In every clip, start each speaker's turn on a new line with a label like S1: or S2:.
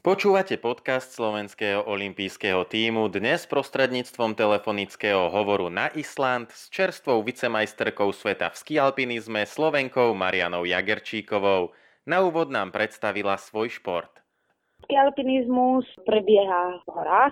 S1: Počúvate podcast Slovenského olympijského tímu dnes prostredníctvom telefonického hovoru na Island s čerstvou vicemajsterkou sveta v skialpinizme Slovenkou Marianou Jagerčíkovou. Na úvod nám predstavila svoj šport.
S2: Skialpinizmus prebieha v horách,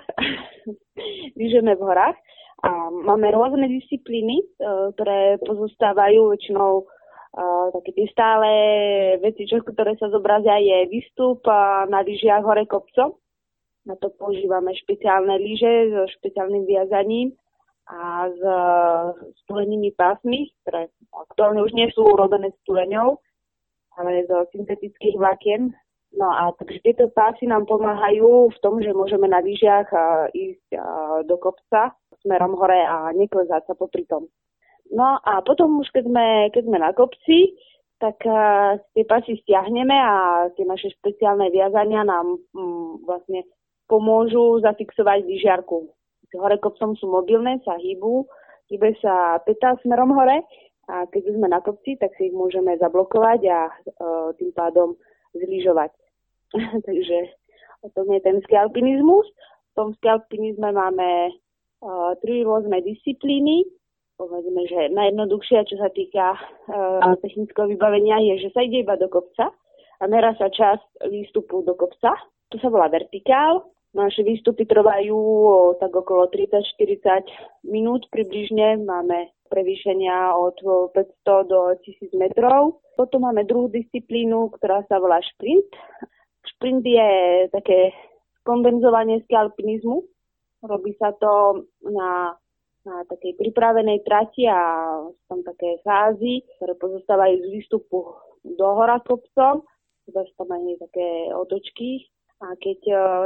S2: lyžujeme v horách a máme rôzne disciplíny, ktoré pozostávajú väčšinou také tie stále veci, ktoré sa zobrazia, je výstup na lyžiach hore kopcom. Na to používame špeciálne lyže so špeciálnym viazaním a s stulenými pásmi, ktoré aktuálne už nie sú urobené s tuleňou, ale zo syntetických vlákien. No a takže tieto pásy nám pomáhajú v tom, že môžeme na lyžiach ísť do kopca smerom hore a neklesať sa popri tom. No a potom už keď sme na kopci, tak tie pasy stiahneme a tie naše špeciálne viazania nám vlastne pomôžu zafixovať lyžiarku. Hore kopcom sú mobilné, sa hýbe sa päta smerom hore a keď sme na kopci, tak si ich môžeme zablokovať a tým pádom zlyžovať. Takže o tom je ten skialpinizmus. V tom skialpinizme máme 3 rôzne disciplíny. Povedzme, že najjednoduchšia, čo sa týka technického vybavenia, je, že sa ide iba do kopca a merá sa čas výstupu do kopca. To sa volá vertikál. Naše výstupy trvajú tak okolo 30-40 minút približne. Máme prevýšenia od 500 do 1000 metrov. Potom máme druhú disciplínu, ktorá sa volá šprint. Šprint je také kondenzovanie skialpinizmu. Robí sa to na takej pripravenej trati a sú tam také fázy, ktoré pozostávajú z výstupu do hora kopcom, teda sú tam aj také otočky a keď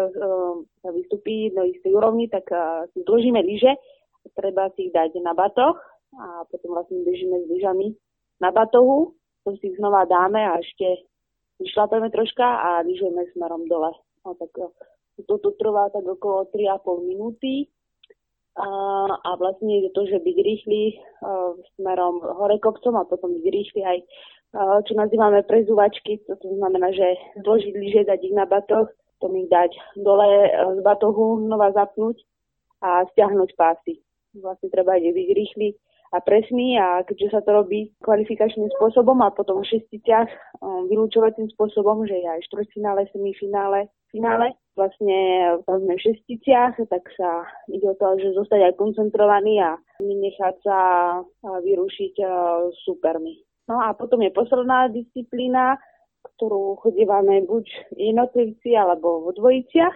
S2: sa vystupí do istej úrovni, tak si dĺžime lyže, treba si ich dať na batoh a potom vlastne bežíme s lyžami na batohu, potom si ich znova dáme a ešte vyšlapeme troška a lyžujeme smerom dole. No, tak toto trvá tak okolo 3,5 minúty. A vlastne je to, že byť rýchly smerom hore kopcom a potom byť rýchly aj, čo nazývame prezúvačky, to znamená, že zložiť lyže, dať ich na batoh, potom ich dať dole z batohu, znova zapnúť a stiahnuť pásy. Vlastne treba byť rýchly a presný a keďže sa to robí kvalifikačným spôsobom a potom v šesticiach vylúčovacím spôsobom, že je aj štvrťfinále, semifinále, finále, vlastne v šesticiach, tak sa ide o to, že zostať aj koncentrovaný a nenechať sa vyrušiť supermi. No a potom je posledná disciplína, ktorú chodívame buď jednotlivci alebo vo dvojiciach.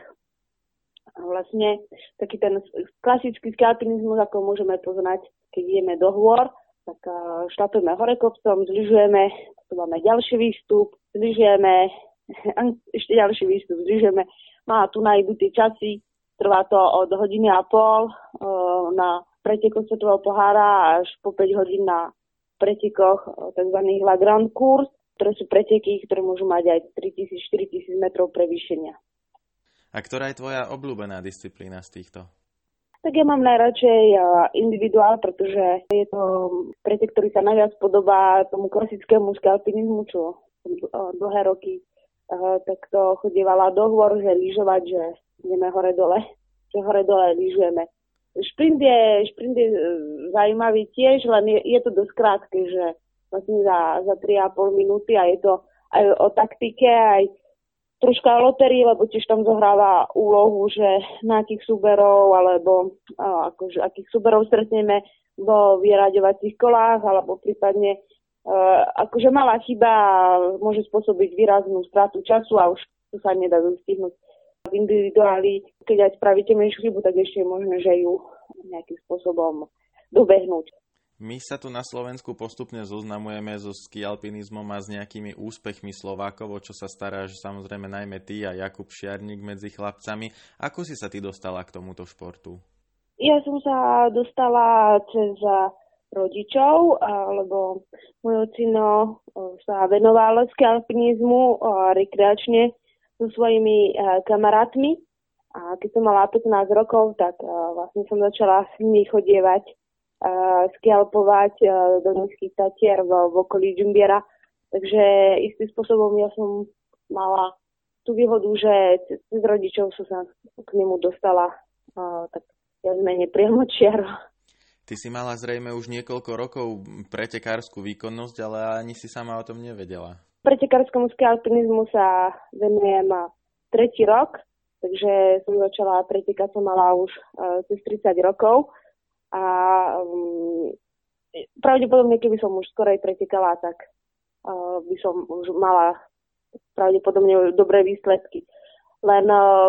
S2: A vlastne taký ten klasický skialpinizmus, ako môžeme poznať, keď ideme do hôr, tak šlapeme hore kopcom, zlyžujeme, potom máme ďalší výstup, zlyžujeme, ešte ďalší výstup, zlyžujeme. No a tu nájdú tie časy, trvá to od hodiny a pol na pretekoch svetového pohára až po 5 hodín na pretekoch tzv. La Grande Course, ktoré sú preteky, ktoré môžu mať aj 3000-4000 metrov prevýšenia.
S1: A ktorá je tvoja obľúbená disciplína z týchto?
S2: Tak ja mám najradšej individuál, pretože je to pretek, ktorý sa najviac podobá tomu klasickému skialpinizmu, čo dlhé roky takto chodievala do hôr, že lyžovať, že ideme hore-dole, že hore-dole lyžujeme. Šprint je zaujímavý tiež, len je to dosť krátke, že vlastne za 3,5 minúty a je to aj o taktike, aj troška o lotérii, lebo tiež tam zohráva úlohu, že na akých súberov alebo akože akých súberov stretneme vo vyraďovacích kolách, alebo prípadne akože malá chyba môže spôsobiť výraznú stratu času a už to sa nedá dostihnúť. V individuáli, keď aj spravíte menšiu chybu, tak ešte je možné, že ju nejakým spôsobom dobehnúť.
S1: My sa tu na Slovensku postupne zoznamujeme so skialpinizmom a s nejakými úspechmi Slovákov, o čo sa staráš samozrejme najmä ty a Jakub Šiarník medzi chlapcami. Ako si sa ty dostala k tomuto športu?
S2: Ja som sa dostala cez rodičov, lebo môj ocino sa venoval skialpinizmu rekreačne so svojimi kamarátmi. A keď som mala 15 rokov, tak vlastne som začala s nimi chodievať skialpovať do Nízkych Tatier v okolí Džumbiera. Takže istým spôsobom ja som mala tú výhodu, že cez rodičov som sa k nemu dostala tak viac menej priamo čiaro.
S1: Ty si mala zrejme už niekoľko rokov pretekárskú výkonnosť, ale ani si sama o tom nevedela.
S2: Pretekárskému skialpinizmu sa venujem 3. rok, takže som začala pretekať, som mala už cez 30 rokov a pravdepodobne, keby som už skorej pretekala, tak by som už mala pravdepodobne dobré výsledky. Len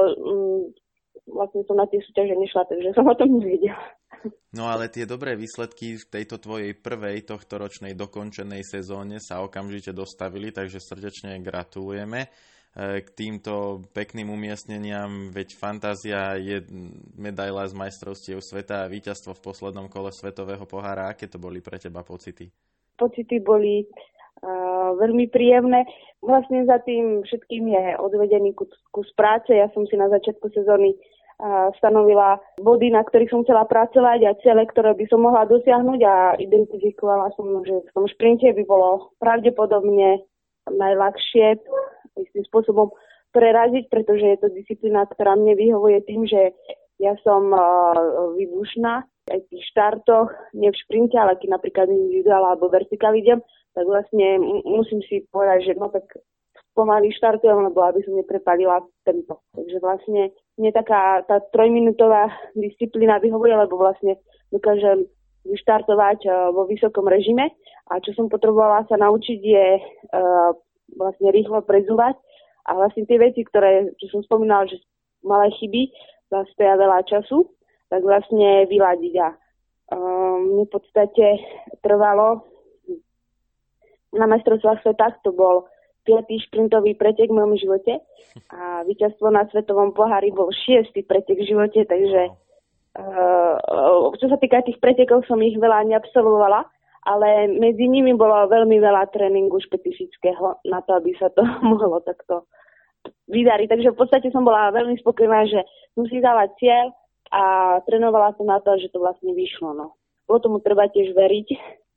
S2: vlastne som na tie súťaže nešla, takže som o tom nevedela.
S1: No ale tie dobré výsledky v tejto tvojej prvej tohtoročnej dokončenej sezóne sa okamžite dostavili, takže srdečne gratulujeme k týmto pekným umiestneniam, veď fantázia je medaila z majstrovstiev sveta a víťazstvo v poslednom kole svetového pohára. Aké to boli pre teba pocity?
S2: Pocity boli veľmi príjemné. Vlastne za tým všetkým je odvedený kus práce. Ja som si na začiatku sezóny stanovila body, na ktorých som chcela pracovať a ciele, ktoré by som mohla dosiahnuť a identifikovala som, že v tom šprinte by bolo pravdepodobne najľahšie istým spôsobom preraziť, pretože je to disciplína, ktorá mne vyhovuje tým, že ja som výbušná aj v tých štartoch, nie v šprinte, ale keď napríklad individuál alebo vertikál idem, tak vlastne musím si povedať, že no tak pomaly štartujem, lebo aby som neprepalila tempo. Takže vlastne mne taká tá 3-minútová disciplína vyhovuje, lebo vlastne dokážem vyštartovať vo vysokom režime a čo som potrebovala sa naučiť je vlastne rýchlo prezúvať a vlastne tie veci, čo som spomínala, že malé chyby, stoja veľa času, tak vlastne vyladiť a mne v podstate trvalo na majstrovstvách sveta, to bol 5. šprintový pretek v mojom živote a víťazstvo na svetovom pohári bol 6. pretek v živote, takže čo sa týka tých pretekov, som ich veľa neabsolvovala, ale medzi nimi bolo veľmi veľa tréningu špecifického na to, aby sa to mohlo takto vydariť. Takže v podstate som bola veľmi spokojná, že som si dala cieľ a trénovala som na to, že to vlastne vyšlo. No. Bolo tomu treba tiež veriť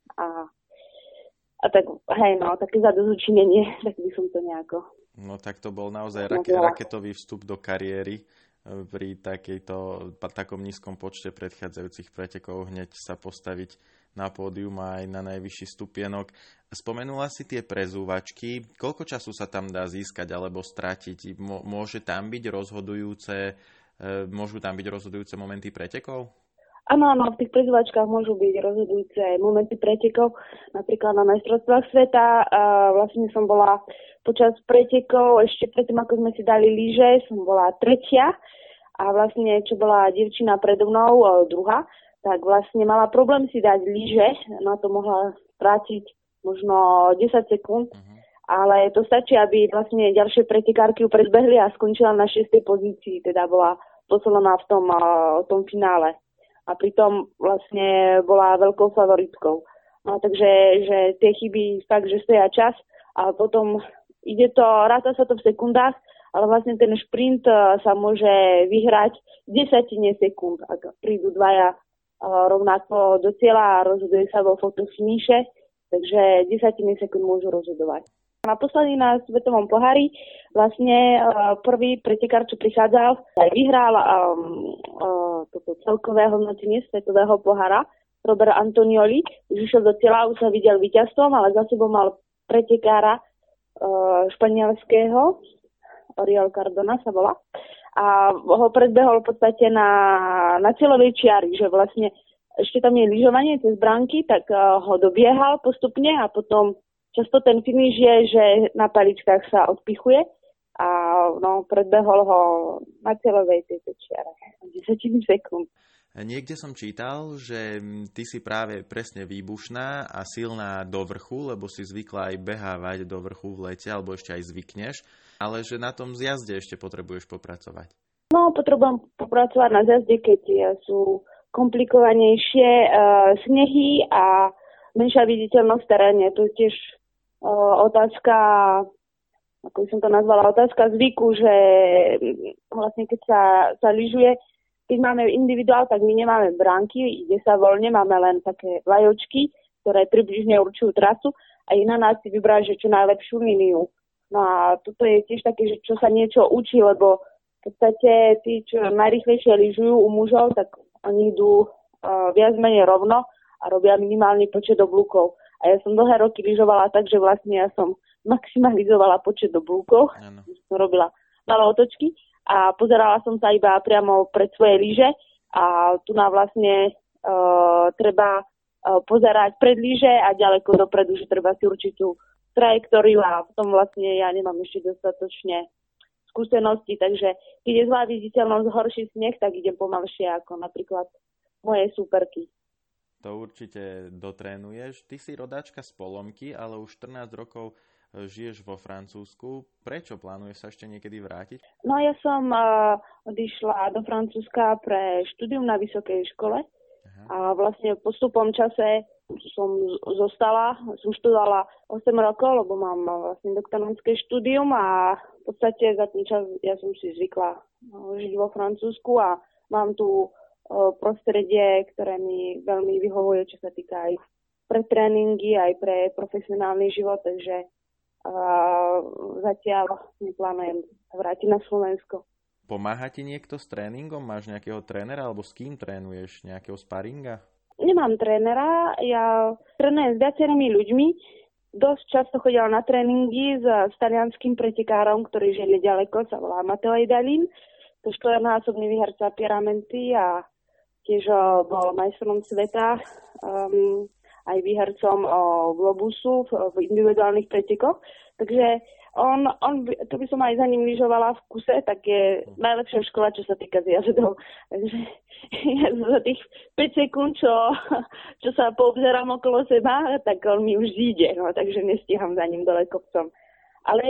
S2: a tak, hej, no, také zadozučinenie, tak by som to nejako...
S1: No tak to bol naozaj raketový vstup do kariéry pri takom nízkom počte predchádzajúcich pretekov hneď sa postaviť na pódium a aj na najvyšší stupienok. Spomenula si tie prezúvačky. Koľko času sa tam dá získať alebo stratiť? Môžu tam byť rozhodujúce momenty pretekov?
S2: Áno, v tých prezúvačkách môžu byť rozhodujúce momenty pretekov, napríklad na majstrovstvách sveta. Vlastne som bola počas pretekov, ešte predtým, ako sme si dali lyže, som bola 3. a vlastne, čo bola dievčina predo mnou, 2., tak vlastne mala problém si dať lyže, na to mohla strátiť možno 10 sekúnd, ale to stačí, aby vlastne ďalšie pretekárky ju predbehli a skončila na 6. pozícii, teda bola posledná v tom finále. A pritom vlastne bola veľkou favoritkou. No, takže že tie chyby fakt, že stoja čas a potom ráta sa to v sekundách, ale vlastne ten šprint sa môže vyhrať 10 sekúnd, ak prídu dvaja rovnako do cieľa a rozhoduje sa vo fotofiniše, takže 10 sekúnd môžu rozhodovať. Naposledy na svetovom pohári vlastne prvý pretekár, čo prichádzal, vyhral toto celkové hodnotenie svetového pohára Robert Antonioli. Už išiel do cieľa, už sa videl víťazstvom, ale za sebou mal pretekára španielského, Oriol Cardona sa volá, a ho predbehol v podstate na cieľovej čiari, že vlastne ešte tam je lyžovanie cez bránky, tak ho dobiehal postupne a potom často ten finish je, že na paličkách sa odpichuje a predbehol ho na cieľovej tejto čiare 10 sekúnd.
S1: Niekde som čítal, že ty si práve presne výbušná a silná do vrchu, lebo si zvykla aj behávať do vrchu v lete, alebo ešte aj zvykneš, ale že na tom zjazde ešte potrebuješ popracovať. No,
S2: potrebujem popracovať na zjazde, keď sú komplikovanejšie snehy a menšia viditeľnosť v teréne. To je tiež otázka, ako by som to nazvala, otázka zvyku, že vlastne keď sa lyžuje, keď máme individuál, tak my nemáme bránky, ide sa voľne, máme len také vlajočky, ktoré približne určujú trasu a je na nás si vybrať, že čo najlepšiu líniu No a toto je tiež také, že čo sa niečo učí, lebo v podstate tí, čo najrýchlejšie lyžujú u mužov, tak oni idú viac menej rovno a robia minimálny počet oblúkov. A ja som dlhé roky lyžovala tak, že vlastne ja som maximalizovala počet oblúkov. Som robila malé otočky a pozerala som sa iba priamo pred svoje lyže a tu na vlastne treba pozerať pred lyže a ďaleko dopredu, že treba si určitú trajektóriu a v tom vlastne ja nemám ešte dostatočne skúsenosti, takže keď je zlá viditeľnosť, horší sneh, tak idem pomalšie ako napríklad moje súperky.
S1: To určite dotrénuješ. Ty si rodáčka z Polomky, ale už 14 rokov žiješ vo Francúzsku. Prečo plánuješ sa ešte niekedy vrátiť?
S2: No ja som odišla do Francúzska pre štúdium na vysokej škole. A vlastne postupom čase som zostala, som študovala 8 rokov, lebo mám vlastne doktorantské štúdium a v podstate za ten čas ja som si zvykla žiť vo Francúzsku a mám tu prostredie, ktoré mi veľmi vyhovuje, čo sa týka aj pre tréningy, aj pre profesionálny život, takže zatiaľ neplánujem vrátiť na Slovensko.
S1: Pomáha ti niekto s tréningom? Máš nejakého trénera alebo s kým trénuješ? Nejakého sparinga?
S2: Nemám trénera, ja trénujem s viacerými ľuďmi. Dosť často chodila na tréningy s talianským pretekárom, ktorý žije ďaleko, sa volá Matteo Idalin. To štvornásobný výherca Pieramenty a tiež bol majstrom sveta, aj výhercom globusu v individuálnych pretekoch. Takže to by som aj za ním lyžovala v kuse, tak je najlepšia škola, čo sa týka zjazdov. Takže ja za tých 5 sekúnd, čo sa poobzerám okolo seba, tak on mi už zíde, no, takže nestíham za ním dole kopcom. Ale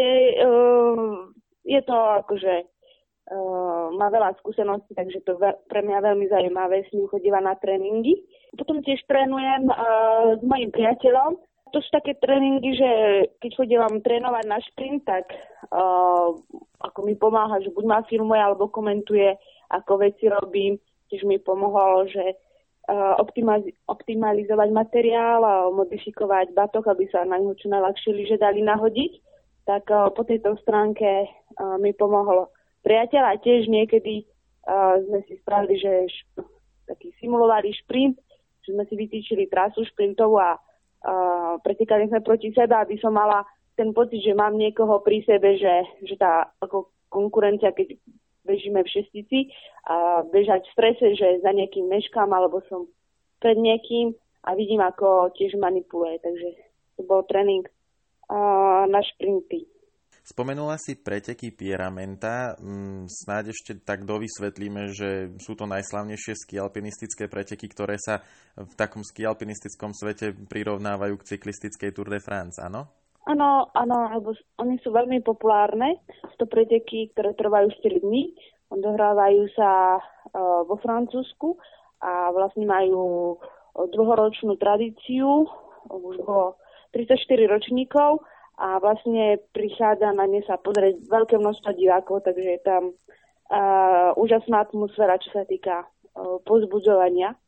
S2: je to akože má veľa skúseností, takže to pre mňa veľmi zaujímavé s ním chodíva na tréningy. Potom tiež trénujem s mojím priateľom. To sú také tréningy, že keď chodím trénovať na šprint, tak ako mi pomáha, že buď ma filmuje alebo komentuje, ako veci robím. Tiež mi pomohlo, že optimalizovať materiál a modifikovať batoh, aby sa na ňo čo najľahšie lyže dali nahodiť. Tak po tejto stránke mi pomohlo priateľ a tiež niekedy sme si spravili, že taký simulovali šprint, že sme si vytýčili trasu šprintovú a pretekali sme proti sebe, aby som mala ten pocit, že mám niekoho pri sebe, že tá ako konkurencia, keď bežíme v šestici a bežať v strese, že za niekým meškám alebo som pred niekým a vidím, ako tiež manipuluje. Takže to bol tréning na šprinty.
S1: Spomenula si preteky Pieramenta. Snáď ešte tak dovysvetlíme, že sú to najslavnejšie skialpinistické preteky, ktoré sa v takom skialpinistickom svete prirovnávajú k cyklistickej Tour de France, áno?
S2: Áno, lebo oni sú veľmi populárne. Sú to preteky, ktoré trvajú 4 dní. Odohrávajú sa vo Francúzsku a vlastne majú dlhoročnú tradíciu. Už bolo 34 ročníkov. A vlastne prichádza na ne sa pozrieť veľké množstvo divákov, takže je tam úžasná atmosféra, čo sa týka povzbudzovania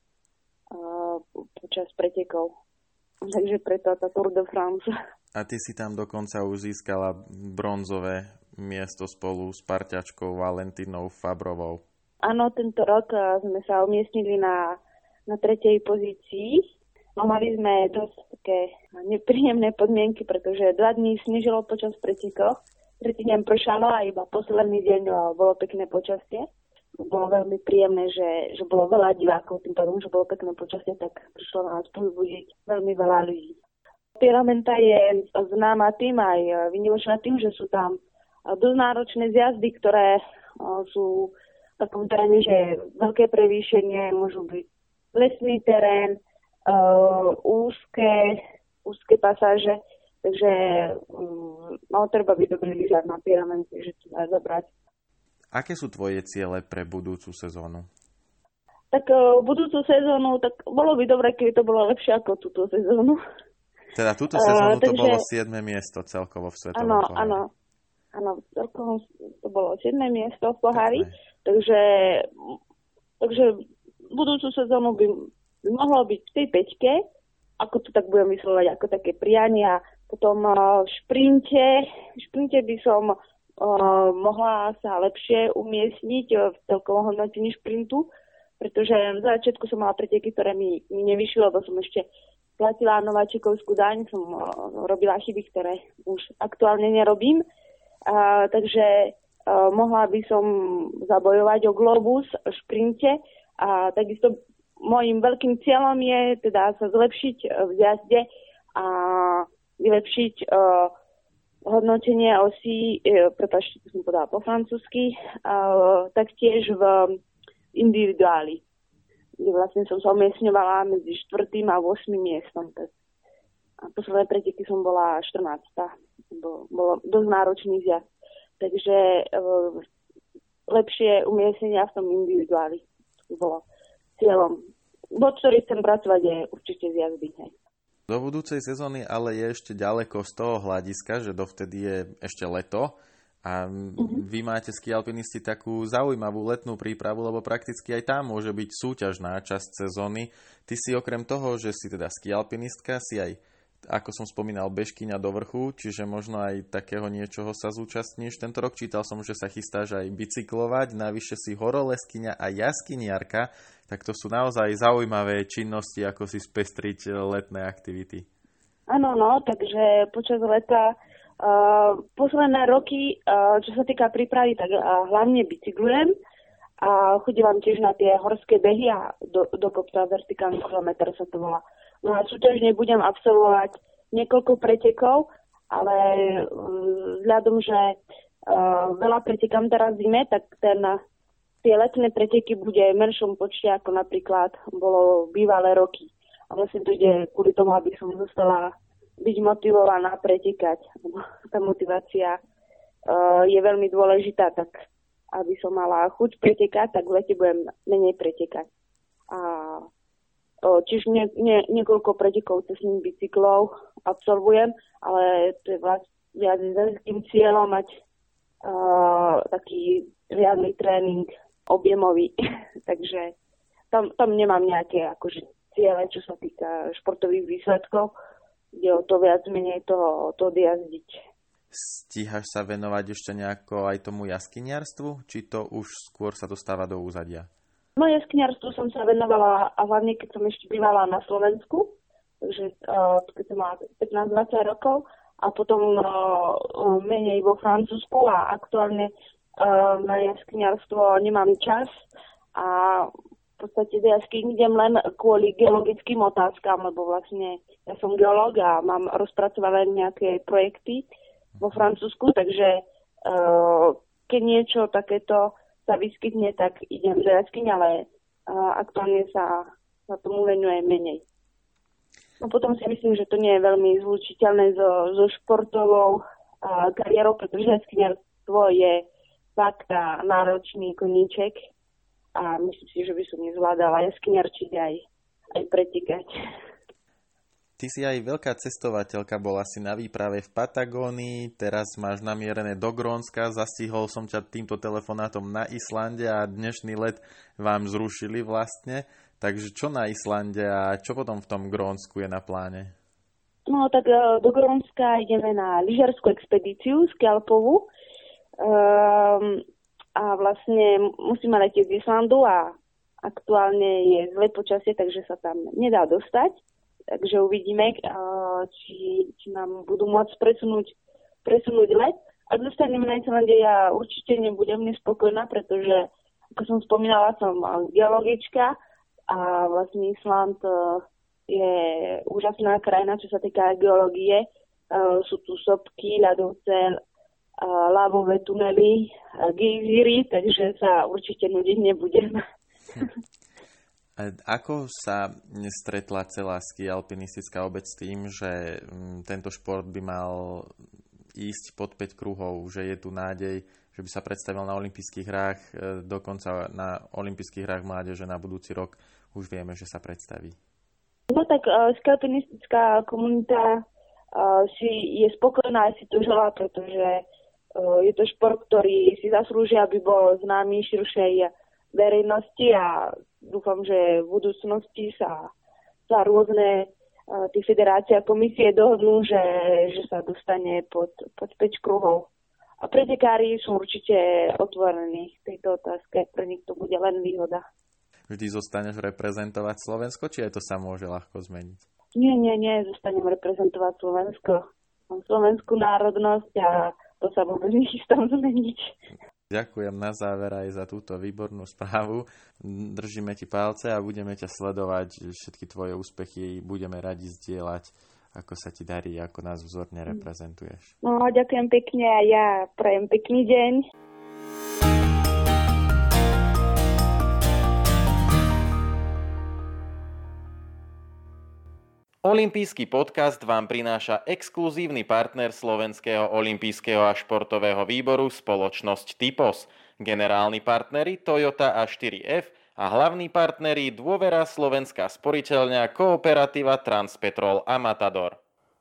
S2: počas pretekov. Takže preto tá Tour de France.
S1: A ty si tam dokonca už získala bronzové miesto spolu s parťačkou Valentínou Fabrovou.
S2: Áno, tento rok sme sa umiestnili na 3. pozícii. No, mali sme dosť také nepríjemné podmienky, pretože 2 dní snežilo počas pretekov. Tretí deň pršalo a iba posledný deň bolo pekné počasie. Bolo veľmi príjemné, že bolo veľa divákov, tým pádom, že bolo pekné počasie, tak prišlo na nás povzbudiť veľmi veľa ľudí. Pieramenta je známa tým aj výnimočná tým, že sú tam dosť náročné zjazdy, ktoré sú v takom teréne, že veľké prevýšenie, môžu byť lesný terén, úzke pasáže, takže treba byť dobrý lyžiar na Pieramente, že to dá zabrať.
S1: Aké sú tvoje ciele pre budúcu sezónu?
S2: Tak budúcu sezónu, tak bolo by dobre, keby to bolo lepšie ako túto sezónu.
S1: Teda túto sezónu to bolo 7. miesto celkovo v svetovom pohári. Áno,
S2: celkovo to bolo 7. miesto v pohári, takže budúcu sezónu by mohlo byť v tej 5, ako to tak budem vyslovať, ako také prianie a Potom v šprinte by som mohla sa lepšie umiestniť v celkovom hodnotení šprintu, pretože v začiatku som mala preteky, ktoré mi nevyšli, lebo som ešte platila nováčikovskú daň, som robila chyby, ktoré už aktuálne nerobím. Takže mohla by som zabojovať o globus v šprinte a takisto môjim veľkým cieľom je teda sa zlepšiť v jazde a vylepšiť hodnotenie osí, prepáčte, to som podala po francúzsky, taktiež v individuáli, kde vlastne som sa umiestňovala medzi 4. a 8. miestom. A posledné preteky som bola 14. Bolo dosť náročný zjazd. Takže lepšie umiestnenia v tom individuáli. To bolo cieľom. Bod, ktorý chcem pracovať, je určite zjazdy.
S1: Do budúcej sezóny ale je ešte ďaleko z toho hľadiska, že dovtedy je ešte leto a vy máte skialpinisti takú zaujímavú letnú prípravu, lebo prakticky aj tam môže byť súťažná časť sezóny. Ty si okrem toho, že si teda skialpinistka, si aj, ako som spomínal, bežkyňa do vrchu, čiže možno aj takého niečoho sa zúčastníš. Tento rok čítal som, že sa chystáš aj bicyklovať, navyše si horoleskyňa a jaskyniarka, tak to sú naozaj zaujímavé činnosti, ako si spestriť letné aktivity.
S2: Áno, takže počas leta posledné roky, čo sa týka prípravy, tak hlavne bicyklujem a chodím tiež na tie horské behy a do kopca vertikálny kilometr sa to volá. No a súťažne budem absolvovať niekoľko pretekov, ale vzhľadom, že veľa pretekám teraz zime, tak tie letné preteky bude v menšom počte, ako napríklad bolo bývalé roky. A vlastne to ide kvôli tomu, aby som zostala byť motivovaná pretekať. Tá motivácia je veľmi dôležitá, tak aby som mala chuť pretekať, tak v lete budem menej pretekať. A čiže niekoľko pretekov cestných bicyklov absolvujem, ale to je vlastne s tým cieľom mať taký riadny tréning objemový. Takže tam nemám nejaké akože ciele, čo sa týka športových výsledkov, kde o to viac menej to jazdiť.
S1: Stíhaš sa venovať ešte nejako aj tomu jaskyniarstvu, či to už skôr sa dostáva do úzadia?
S2: No jaskyniarstvu som sa venovala a hlavne keď som ešte bývala na Slovensku, takže keď som mala 15-20 rokov a potom menej vo Francúzsku a aktuálne na jaskyniarstvo nemám čas a v podstate do jaskyň idem len kvôli geologickým otázkam, lebo vlastne ja som geológ a mám rozpracované nejaké projekty vo Francúzsku, takže keď niečo takéto sa vyskytne, tak idem do jaskyň, ale aktuálne sa tomu venujem menej. No potom si myslím, že to nie je veľmi zlučiteľné so športovou kariérou, pretože jaskyniarstvo je fakt náročný koníček a myslím si, že by som nezvládala jaskyniarčiť aj pretekať.
S1: Ty si aj veľká cestovateľka, bola si na výprave v Patagónii, teraz máš namierené do Grónska, zastihol som ťa týmto telefonátom na Islande a dnešný let vám zrušili vlastne. Takže čo na Islande a čo potom v tom Grónsku je na pláne?
S2: No tak do Grónska ideme na lyžiarsku expedíciu Skialpovú a vlastne musíme letieť z Islandu a aktuálne je zlé počasie, takže sa tam nedá dostať. Takže uvidíme, či nám budú môcť presunúť let. Ak dostaneme na Islande, ja určite nebudem nespokojná, pretože, ako som spomínala, som geologička a vlastne Island je úžasná krajina, čo sa týka geológie. Sú tu sopky, ľadovce, lávové tunely, gejzíry, takže sa určite nudiť nebudem.
S1: Ako sa stretla celá skialpinistická obec s tým, že tento šport by mal ísť pod 5 kruhov, že je tu nádej, že by sa predstavil na olympijských hrách, dokonca na olympijských hrách mládeže na budúci rok už vieme, že sa predstaví?
S2: No tak skialpinistická komunita je spokojná a si to želá, pretože je to šport, ktorý si zaslúži, aby bol známy širšej verejnosti a dúfam, že v budúcnosti sa rôzne tí federácia a komisie dohodnú, že sa dostane pod 5 kruhov. A pretekári sú určite otvorení v tejto otázke. Pre nich to bude len výhoda.
S3: Vždy zostaneš reprezentovať Slovensko, či aj to sa môže ľahko zmeniť?
S2: Nie, zostanem reprezentovať Slovensko. Mám slovenskú národnosť a to sa vôbec nechystám zmeniť.
S3: Ďakujem na záver aj za túto výbornú správu. Držíme ti palce a budeme ťa sledovať. Všetky tvoje úspechy budeme radi zdieľať, ako sa ti darí, ako nás vzorne reprezentuješ.
S2: No, ďakujem pekne a ja prajem pekný deň.
S1: Olympijský podcast vám prináša exkluzívny partner Slovenského olympijského a športového výboru spoločnosť Typos, generálni partneri Toyota a 4F a hlavní partneri Dôvera Slovenská sporiteľňa Kooperativa Transpetrol a Matador.